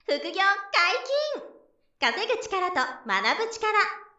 副業解禁。稼ぐ力と学ぶ力。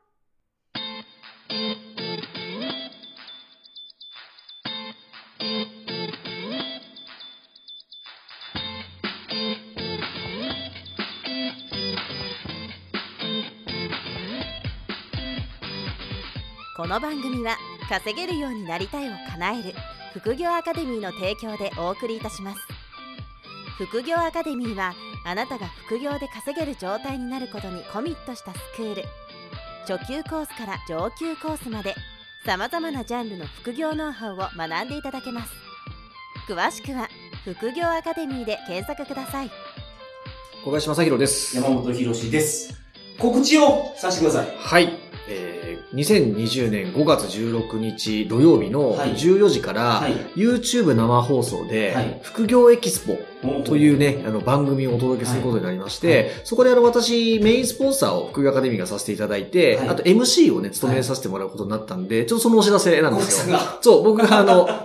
この番組は稼げるようになりたいを叶える副業アカデミーの提供でお送りいたします。副業アカデミーはあなたが副業で稼げる状態になることにコミットしたスクール。初級コースから上級コースまでさまざまなジャンルの副業ノウハウを学んでいただけます。詳しくは副業アカデミーで検索ください。 小林正弘です。 山本博史です。告知をさせてください。 はい。2020年5月16日土曜日の14時から YouTube 生放送で副業エキスポというね、番組をお届けすることになりまして、そこで私メインスポンサーを副業アカデミーがさせていただいて、あと MC をね、務めさせてもらうことになったんで、ちょっとそのお知らせなんですよ。そう、僕が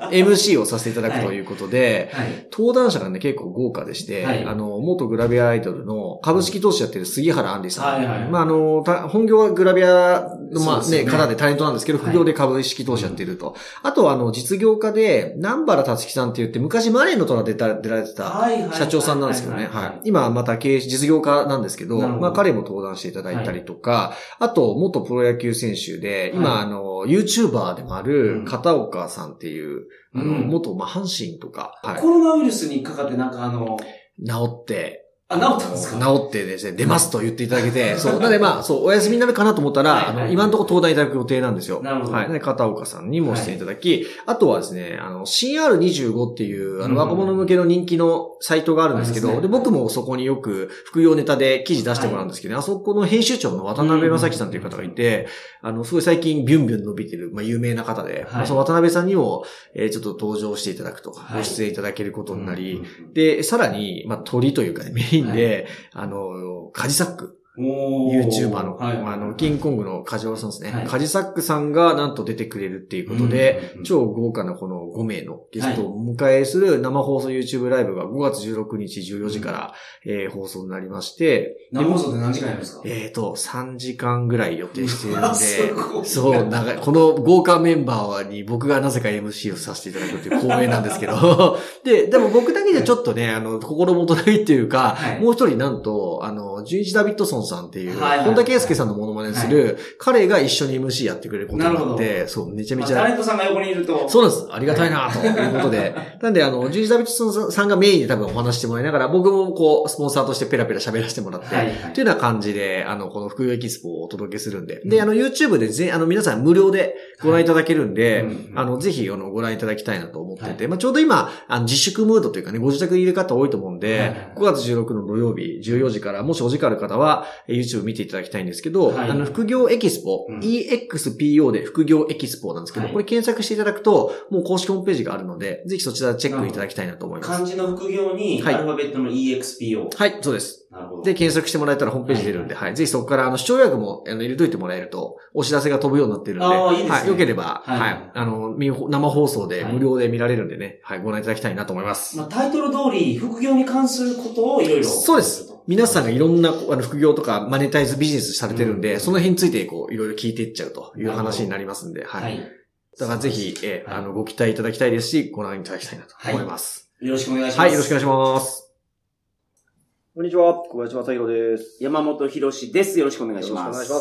MC をさせていただくということで、登壇者がね、結構豪華でして、元グラビアアイドルの株式投資やってる杉原杏里さん。本業はグラビアの、方でタレントなんですけど、副業で株式投資やっていると。あと実業家で、南原達樹さんって言って、昔マネーの虎で出られてた社長さんなんですけどね。今また実業家なんですけど、彼も登壇していただいたりとか、あと、元プロ野球選手で、今YouTuber でもある片岡さんっていう、元阪神とか。 コロナウイルスにかかって治って、 治ったんですか？ 治ってですね、出ますと言っていただけて、そう、なのでお休みになるかなと思ったら、今のところ登壇いただく予定なんですよ。 なるほど。 はい。で、片岡さんにもしていただき、あとはですね、CR25 っていう、若者向けの人気のサイトがあるんですけど、で、僕もそこによく副業ネタで記事出してもらうんですけど、あそこの編集長の渡辺正樹さんという方がいて、すごい最近ビュンビュン伸びてる、有名な方で、その渡辺さんにも、ちょっと登場していただくと、ご出演いただけることになり、で、さらに、鳥というかね、メインで、カジサック。YouTuber の、キングコングのカジワさんですね。カジサックさんがなんと出てくれるっていうことで、超豪華なこの5名のゲストをお迎えする生放送 YouTube ライブが5月16日14時から、放送になりまして、 生放送で何時間やるんですか ？3時間ぐらい予定しているので、そう、長い。この豪華メンバーに僕がなぜか MC をさせていただくという光栄なんですけど、でも僕だけじゃちょっとね、心もとないっていうか、もう一人なんと、ジュンイチ・ダビッドソンさんっていう、本田圭佑さんのモノマネする、彼が一緒に MC やってくれることになって、そう、めちゃめちゃ。 タレントさんが横にいると。 そうなんです。ありがたいなということで。なんで、ジュンイチ・ダビッドソンさんがメインで多分お話してもらいながら、僕もスポンサーとしてペラペラ喋らせてもらって、というような感じで、この副業エキスポをお届けするんで。で、YouTube で皆さん無料でご覧いただけるんで、ぜひ、ご覧いただきたいなと思ってて、ちょうど今、自粛ムードというかね、ご自宅にいる方多いと思うんで、5月16の土曜日、14時から、もしお時間ある方は、YouTube 見ていただきたいんですけど、副業エキスポ、EXPO で副業エキスポなんですけど、これ検索していただくと、もう公式ホームページがあるので、ぜひそちらチェックいただきたいなと思います。 漢字の副業に、アルファベットの EXPO。 はい、そうです。 なるほど。 で、検索してもらえたらホームページ出るんで、ぜひそこから視聴予約も入れといてもらえると、お知らせが飛ぶようになってるんで、 いいですね。 よければ、生放送で無料で見られるんでね、ご覧いただきたいなと思います。 タイトル通り、副業に関することをいろいろ。 そうです。皆さんがいろんな副業とかマネタイズビジネスされてるんで、その辺についていろいろ聞いていっちゃうという話になりますんで、だからぜひ、ご期待いただきたいですし、ご覧いただきたいなと思います。 よろしくお願いします。 はい、よろしくお願いします。 こんにちは、小林正弘です。 山本博史です。よろしくお願いします。 よろしくお願いします。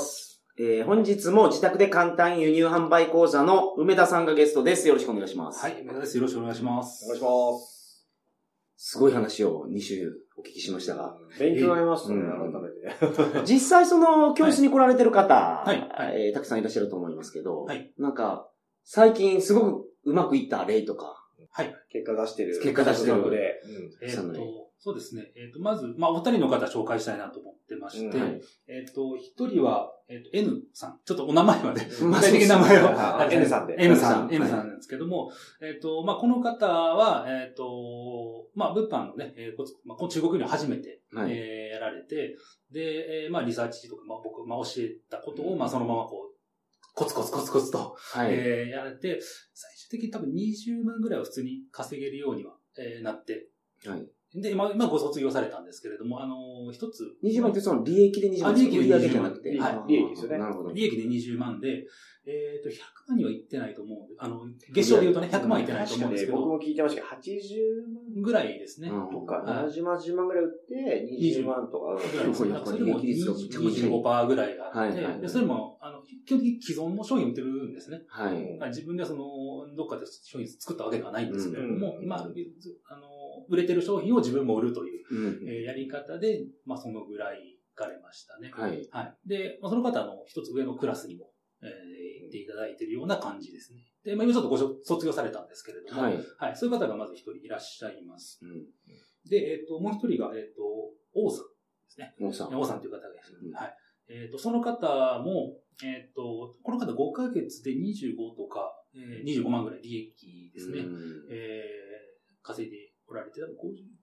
本日も自宅で簡単輸入販売講座の梅田さんがゲストです。よろしくお願いします。 はい、梅田です。よろしくお願いします。 お願いします。 すごい話を2週お聞きしましたが。 勉強になりますね、改めて。 実際教室に来られてる方、たくさんいらっしゃると思いますけど、最近すごくうまくいった例とか。 結果出してる。 ので。 そうですね。まず、お二人の方紹介したいなと思ってまして、一人は、N さん。ちょっとお名前まで、具体的な名前を。 N さんで。 N さんなんですけども、この方は、物販のね、この中国に初めて、やられて、で、リサーチとか、僕、教えたことを、そのままコツコツと、やられて、最終的に多分20万ぐらいは普通に稼げるようには、なって、 で、今ご卒業されたんですけれども、一つ。 20万ってその利益で20万。 利益で 20万じゃなくて。 はい。利益ですよね。 なるほど。 利益で20万で、100万にはいってないと思うんで、月賞で言うとね、100万いってないと思うんですけど。 僕も聞いてましたけど、80万ぐらいですね。 とか、70万、80万ぐらい売って、20万とか。 それでも25% ぐらいがあって、それも、基本的に既存の商品を売ってるんですね。 はい。 自分ではどっかで商品作ったわけではないんですけれども、今、売れてる商品を自分も売るという、やり方で、そのぐらい行かれましたね。 はい。 はい。で、その方一つ上のクラスにも、行っていただいているような感じですね。で、今ちょっと卒業されたんですけれども、はい。はい。そういう方がまず一人いらっしゃいます。で、もう一人が、王さんですね。王さんという方がいます。はい。その方も、この方5ヶ月で25とか、25万ぐらい利益ですね。稼いでおられて、多分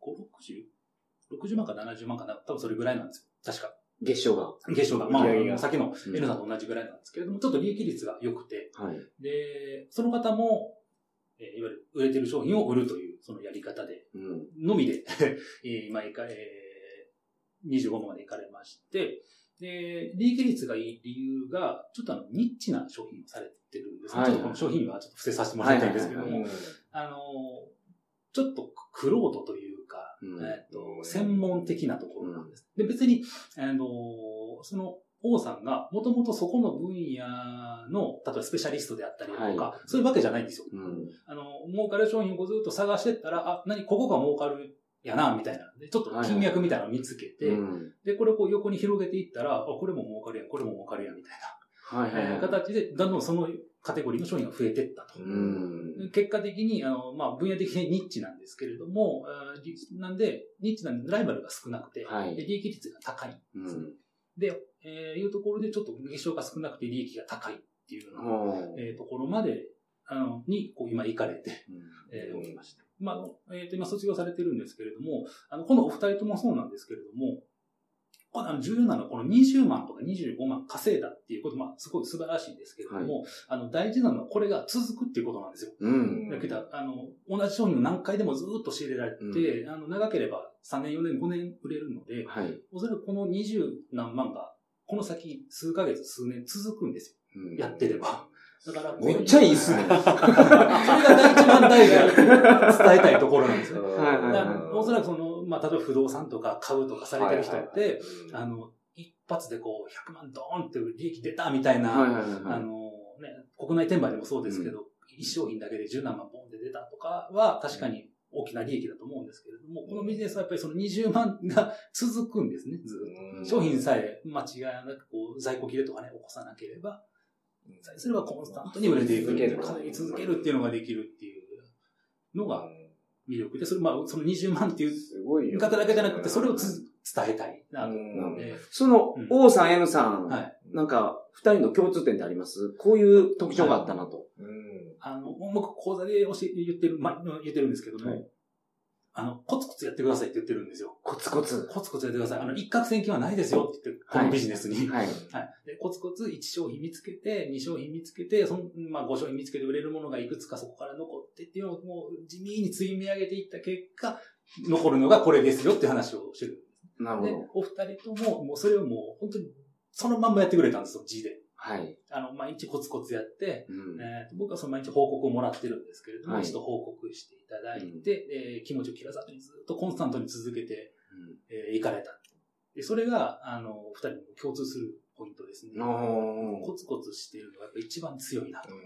60万か70万かな。多分それぐらいなんですよ。確か。 月賞が。 さっきの N さんと同じぐらいなんですけれども、ちょっと利益率が良くて、はい。で、その方も、いわゆる売れてる商品を売るという、そのやり方で、のみで、今、25万まで行かれまして、で、利益率がいい理由が、ちょっとニッチな商品をされてるんですね。ちょっとこの商品はちょっと伏せさせてもらいたいんですけども、ちょっと玄人というか、専門的なところなんです。で、別に、その王さんがもともとそこの分野の、例えばスペシャリストであったりとか、そういうわけじゃないんですよ。儲かる商品をずっと探してったら、ここが儲かるやな、みたいな。で、ちょっと金脈みたいなのを見つけて、で、これをこう横に広げていったら、これも儲かるやん、これも儲かるやん、みたいな。形で、だんだんそのカテゴリーの商品が増えていったと。結果的に、分野的にニッチなんですけれども、なんで、ニッチなんでライバルが少なくて、で利益率が高いんですね。で、いうところでちょっと月賞が少なくて利益が高いっていうような、ところまで、に、今行かれて、おりました。今卒業されてるんですけれども、このお二人ともそうなんですけれども、重要なのはこの20万とか25万稼いだっていうこと、すごい素晴らしいんですけれども、大事なのはこれが続くっていうことなんですよ。だけど、同じ商品を何回でもずっと仕入れられて、長ければ3年、4年、5年売れるので、おそらくこの20何万が、この先数ヶ月、数年続くんですよ。やってれば。だからめっちゃいいっすね。それが一番大事だと伝えたいところなんですよ。おそらく例えば不動産とか買うとかされてる人って、一発で100万ドーンって利益出たみたいな、国内転売でもそうですけど、一商品だけで10何万ボンって出たとかは確かに大きな利益だと思うんですけれども、このビジネスはやっぱりその20万が続くんですね、ずっと。商品さえ間違いなく在庫切れとかね、起こさなければ、それはコンスタントに売れていく、稼ぎ続けるっていうのができるっていうのが魅力で、その20万っていう額だけじゃなくて、それを伝えたいなと思って。 その、王さん、M さん、なんか、二人の共通点ってあります？こういう特徴があったなと。 僕、講座で言ってるんですけども、コツコツやってくださいって言ってるんですよ。 コツコツやってください。一攫千金はないですよって言って、このビジネスに。で、コツコツ1商品見つけて、2商品見つけて、5商品見つけて売れるものがいくつかそこから残ってっていうのをもう地味に積み上げていった結果、残るのがこれですよって話をしてるんです。 なるほど。 で、お二人とも、もうそれをもう本当にそのまんまやってくれたんですよ、字で。毎日コツコツやって、僕はその毎日報告をもらってるんですけれども、一度報告していただいて、気持ちを切らさずにずっとコンスタントに続けて、いかれた。で、それが、二人に共通するポイントですね。コツコツしているのがやっぱ一番強いなと思って。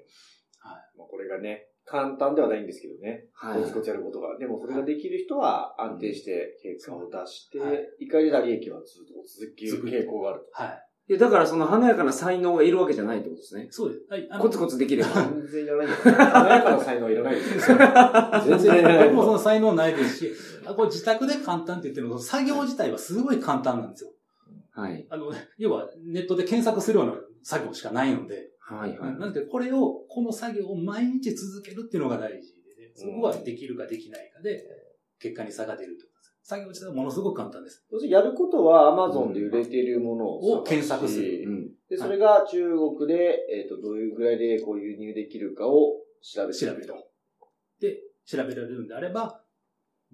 これがね、簡単ではないんですけどね。コツコツやることが。でもそれができる人は安定して結果を出して、いかれた利益はずっと続ける傾向があると。 だからその華やかな才能がいるわけじゃないってことですね。 そうです。 コツコツできれば。 全然いらない。華やかな才能はいらないですよ。全然いらない。 僕もその才能ないですし、これ自宅で簡単って言ってるの作業自体はすごい簡単なんですよ。要はネットで検索するような作業しかないので。なんでこの作業を毎日続けるっていうのが大事で、そこはできるかできないかで、結果に差が出ると。作業自体はものすごく簡単です。 やることは Amazon で売れているものを検索する。 で、それが中国で、どういうぐらいで輸入できるかを調べると。 で、調べられるんであれば、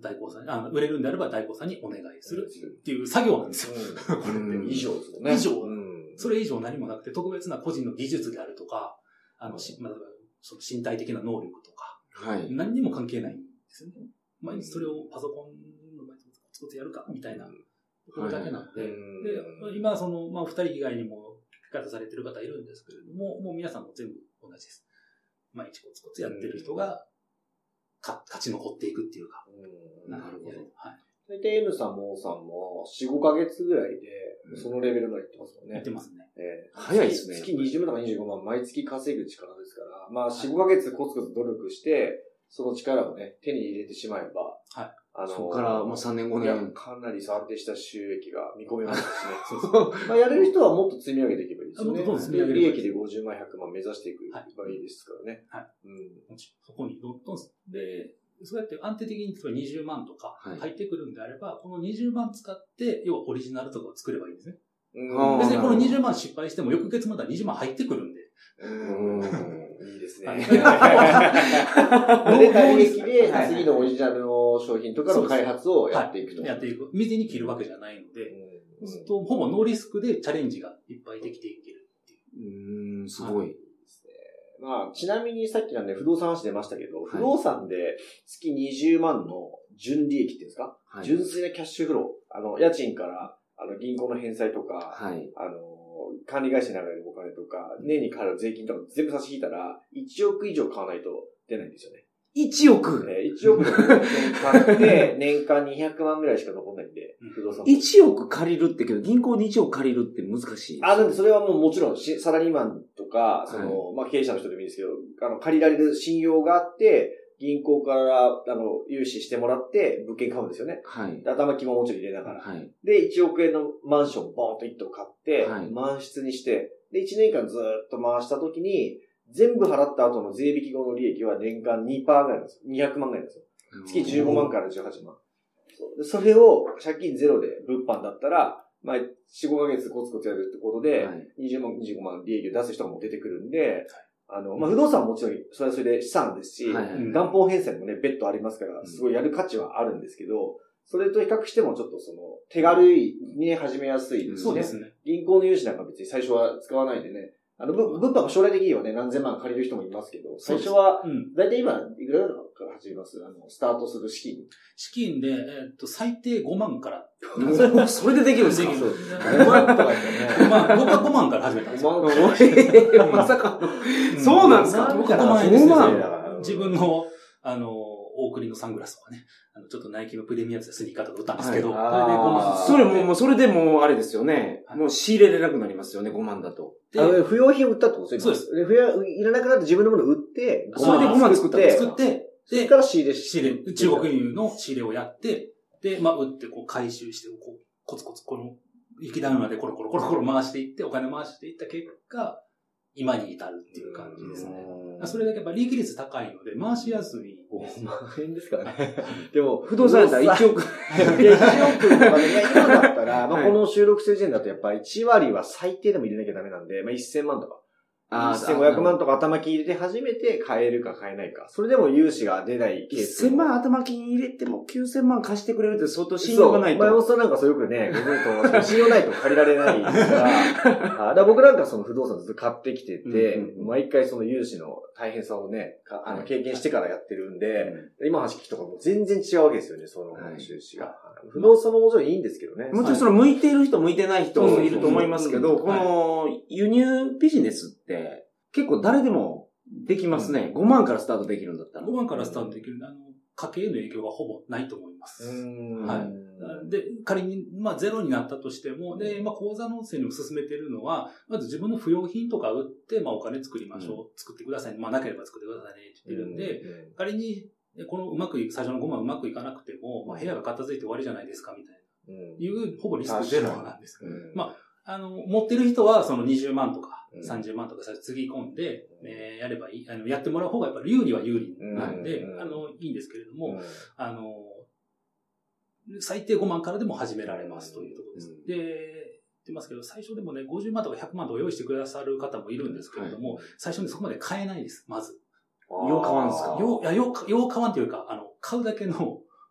代行さんに、売れるんであれば代行さんにお願いするっていう作業なんですよ。 これって以上ですよね。 以上。それ以上何もなくて、特別な個人の技術であるとか、その身体的な能力とか、何にも関係ないんですよね。毎日それをパソコンの前でコツコツやるか、みたいな、これだけなので、で、今二人以外にも書き方されてる方いるんですけれども、もう皆さんも全部同じです。毎日コツコツやってる人が、勝ち残っていくっていうか。 なるほど。大体 N さんも O さんも4、5ヶ月ぐらいで、そのレベルまでいってますもんね。 いってますね。 早いですね。月20万とか25万毎月稼ぐ力ですから、4、5ヶ月コツコツ努力して、その力をね、手に入れてしまえば、 そこから3年5年。 かなり安定した収益が見込めますしね。やれる人はもっと積み上げていけばいいですよね。利益で50万、100万目指していくばいいですからね。 そこにどんどん、で、そうやって安定的に20万とか入ってくるんであれば、この20万使って、要はオリジナルとかを作ればいいんですね。別にこの20万失敗しても翌月また20万入ってくるんで。 いいですね。で、大撃で次のオリジナルの商品とかの開発をやっていくと。 やっていく。水に切るわけじゃないので、そうするとほぼノーリスクでチャレンジがいっぱいできていけるっていう。すごい。 ちなみにさっきなんで不動産話出ましたけど、不動産で月20万の純利益っていうんですか、純粋なキャッシュフロー。家賃から、銀行の返済とか、管理会社に流れるお金とか、年にかかる税金とか全部差し引いたら、1億以上買わないと出ないんですよね。 1億 ?1 億の買って、年間200万ぐらいしか残んないんで、不動産。 1億借りるってけど、銀行に1億借りるって難しい。 なんでそれはもちろん、サラリーマンとか、経営者の人でもいいんですけど、借りられる信用があって、銀行から、融資してもらって、物件買うんですよね。頭金ももちろん入れながら。で、1億円のマンションをボーンと1棟買って、満室にして、で、1年間ずーっと回したときに、全部払った後の税引き後の利益は年間 2% ぐらいなんですよ。200万ぐらいなんですよ。月15万から18万。それを借金ゼロで物販だったら、4、5ヶ月コツコツやるってことで、20万、25万利益を出す人も出てくるんで、不動産はもちろん、それはそれで資産ですし、元本返済もね、別途ありますから、すごいやる価値はあるんですけど、それと比較してもちょっと手軽にね、始めやすいですね。 そうですね。 銀行の融資なんか別に最初は使わないでね、物販も将来的にはね、何千万借りる人もいますけど、最初は、だいたい今、いくらから始めます？スタートする資金。 資金で、最低5万から。 それでできるんですか？ 5万とかですよね。 僕は5万から始めたんですよ。 5万まさか。そうなんですか？ 僕は5万円ですよ。自分の、大栗のサングラスとかね、ちょっとナイキのプレミアムでスニーカーとか売ったんですけど、 それでもうあれですよね。もう仕入れれなくなりますよね、5万だと。 不要品売ったってことですそうです。 いらなくなって自分のもの売って、 それで5万作って、 それから仕入れ、 中国輸入の仕入れをやって、で、売って回収して、コツコツ行き玉までコロコロ回していって、お金回していった結果、今に至るっていう感じですね。それだけやっぱ利益率高いので、回しやすい。 5万円ですからね。でも、 不動産だったら1億。 いや、1億とかね、今だったら、この収録する時点だとやっぱ1割は最低でも入れなきゃダメなんで、1000万とか。1500万とか頭金入れて初めて買えるか買えないか。それでも融資が出ないケース。 1000万頭金入れても9000万貸してくれるって相当信用がないと。 前もそうなんかよくね、ご存知と思いますけど、信用ないと借りられないですから。だから僕なんか不動産ずっと買ってきてて、毎回融資の大変さをね、経験してからやってるんで、今の話聞くとかも全然違うわけですよね、収支が。不動産ももちろんいいんですけどね。 もちろん向いている人向いてない人いると思いますけど、この輸入ビジネスって結構誰でもできますね。5万からスタートできるんだったら。 5万からスタートできる。家計への影響がほぼないと思います。はい。で、仮に、ゼロになったとしても、で、口座の整理を進めているのは、まず自分の不要品とか売って、お金作りましょう。作ってください。なければ作ってくださいねって言ってるんで、仮に、最初の5万うまくいかなくても、部屋が片付いて終わりじゃないですか、みたいな。ほぼリスクゼロなんですけど、持ってる人はその20万とか30万とかつぎ込んで、やればいい、やってもらう方がやっぱり有利は有利なんで、いいんですけれども、最低5万からでも始められますというところです。で、言ってますけど、最初でもね、50万とか100万とか用意してくださる方もいるんですけれども、最初にそこまで買えないです、まず。 よう買わんすか？ よう買わんというか、買うだけの、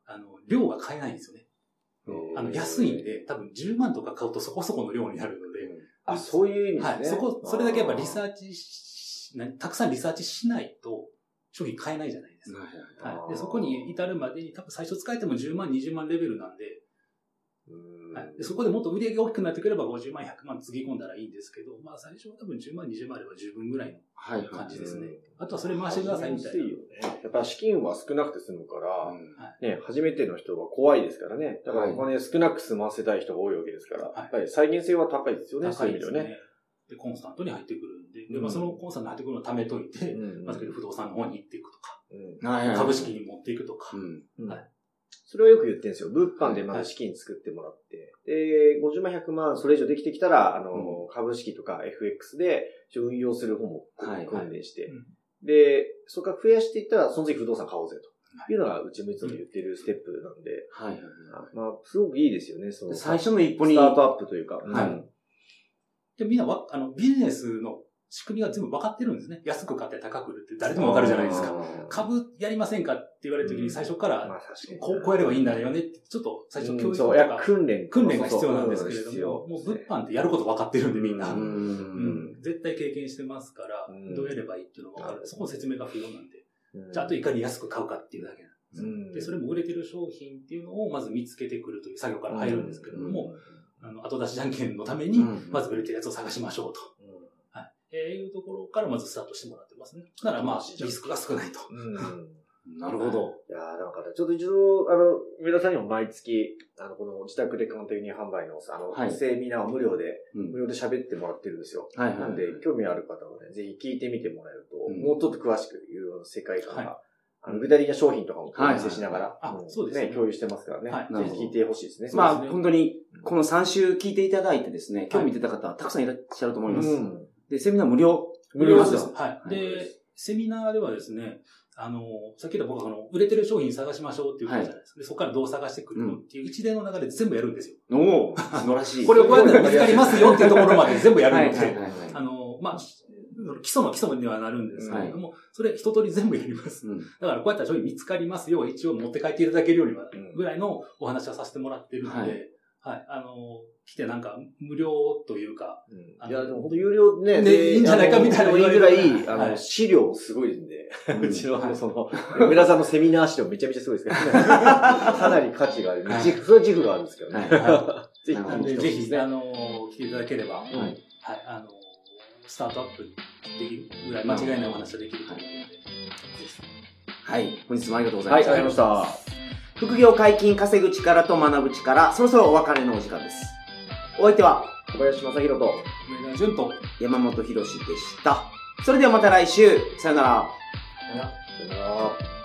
量が買えないんですよね。安いんで、多分10万とか買うとそこそこの量になるので。 あ、そういう意味ですね。 はい。それだけやっぱリサーチたくさんリサーチしないと商品買えないじゃないですか。はい。で、そこに至るまでに多分最初使えても10万、20万レベルなんで、はい、でそこでもっと売り上げが大きくなってくれば50万、100万つぎ込んだらいいんですけど、まあ最初は多分10万、20万あれば十分ぐらいの感じですね。あとはそれ回してくださいみたいな。 やっぱ資金は少なくて済むから、ね、初めての人は怖いですからね。だからお金少なく済ませたい人が多いわけですから、やっぱり再現性は高いですよね、そういう意味ではね。 で、コンスタントに入ってくるんで、でまあ、そのコンスタントに入ってくるのを貯めといて、まず不動産の方に行っていくとか、株式に持っていくとか、 それはよく言ってるんですよ。物販でまず資金作ってもらって、で、50万、100万、それ以上できてきたら、株式とか FX で運用する方も訓練して、で、そこから増やしていったら、その次不動産買おうぜというのが、うちもいつも言ってるステップなんで、まあ、すごくいいですよね、その。 最初の一歩に。 スタートアップというか。 でみんなビジネスの仕組みが全部分かってるんですね。安く買って高く売るって誰でも分かるじゃないですか。株やりませんかって言われるときに最初から、こうやればいいんだよねって、ちょっと最初教育とか、訓練が必要なんですけれども、もう物販ってやること分かってるんでみんな。絶対経験してますから、どうやればいいっていうのが分かる。そこの説明が不要なんで。じゃあ、あといかに安く買うかっていうだけなんです。で、それも売れてる商品っていうのをまず見つけてくるという作業から入るんですけれども、後出しじゃんけんのために、まず売れてるやつを探しましょうと。いうところからまずスタートしてもらってますね。だからまあ、リスクが少ないと。 なるほど。 いやだからちょっと一度、上田さんにも毎月、この自宅でカウントユニ販売の、セミナーを無料で喋ってもらってるんですよ。なんで、興味ある方はね、ぜひ聞いてみてもらえると、もうちょっと詳しく言うような世界観が、具体的な商品とかもお見せしながら、そうですね、共有してますからね。ぜひ聞いてほしいですね。 まあ、本当に、この3週聞いていただいてですね、興味出た方はたくさんいらっしゃると思います。で、セミナー無料です。はい。で、セミナーではですね、さっき言った僕は売れてる商品探しましょうっていうことじゃないですか。で、そこからどう探してくるのっていう一連の流れで全部やるんですよ。 おー、素晴らしい。 これをこうやったら見つかりますよっていうところまで全部やるので、まあ、基礎の基礎にはなるんですけれども、それ一通り全部やります。だからこうやったら商品見つかりますよ、一応持って帰っていただけるようには、ぐらいのお話はさせてもらってるので、はい。来てなんか無料というか。 いや、でも本当有料ね。 いいんじゃないかみたいな。 いいぐらい、資料すごいんで、うちの上田さんのセミナー資料めちゃめちゃすごいですけどね。かなり価値がある。それは軸があるんですけどね。 ぜひ、来ていただければ、はい。スタートアップできるぐらい間違いないお話ができると思うので。 はい。本日もありがとうございました。 はい、ありがとうございました。 副業解禁稼ぐ力と学ぶ力、そろそろお別れのお時間です。お相手は、 小林正宏と、 上田淳と、 山本博史でした。それではまた来週、さよなら。 さよなら。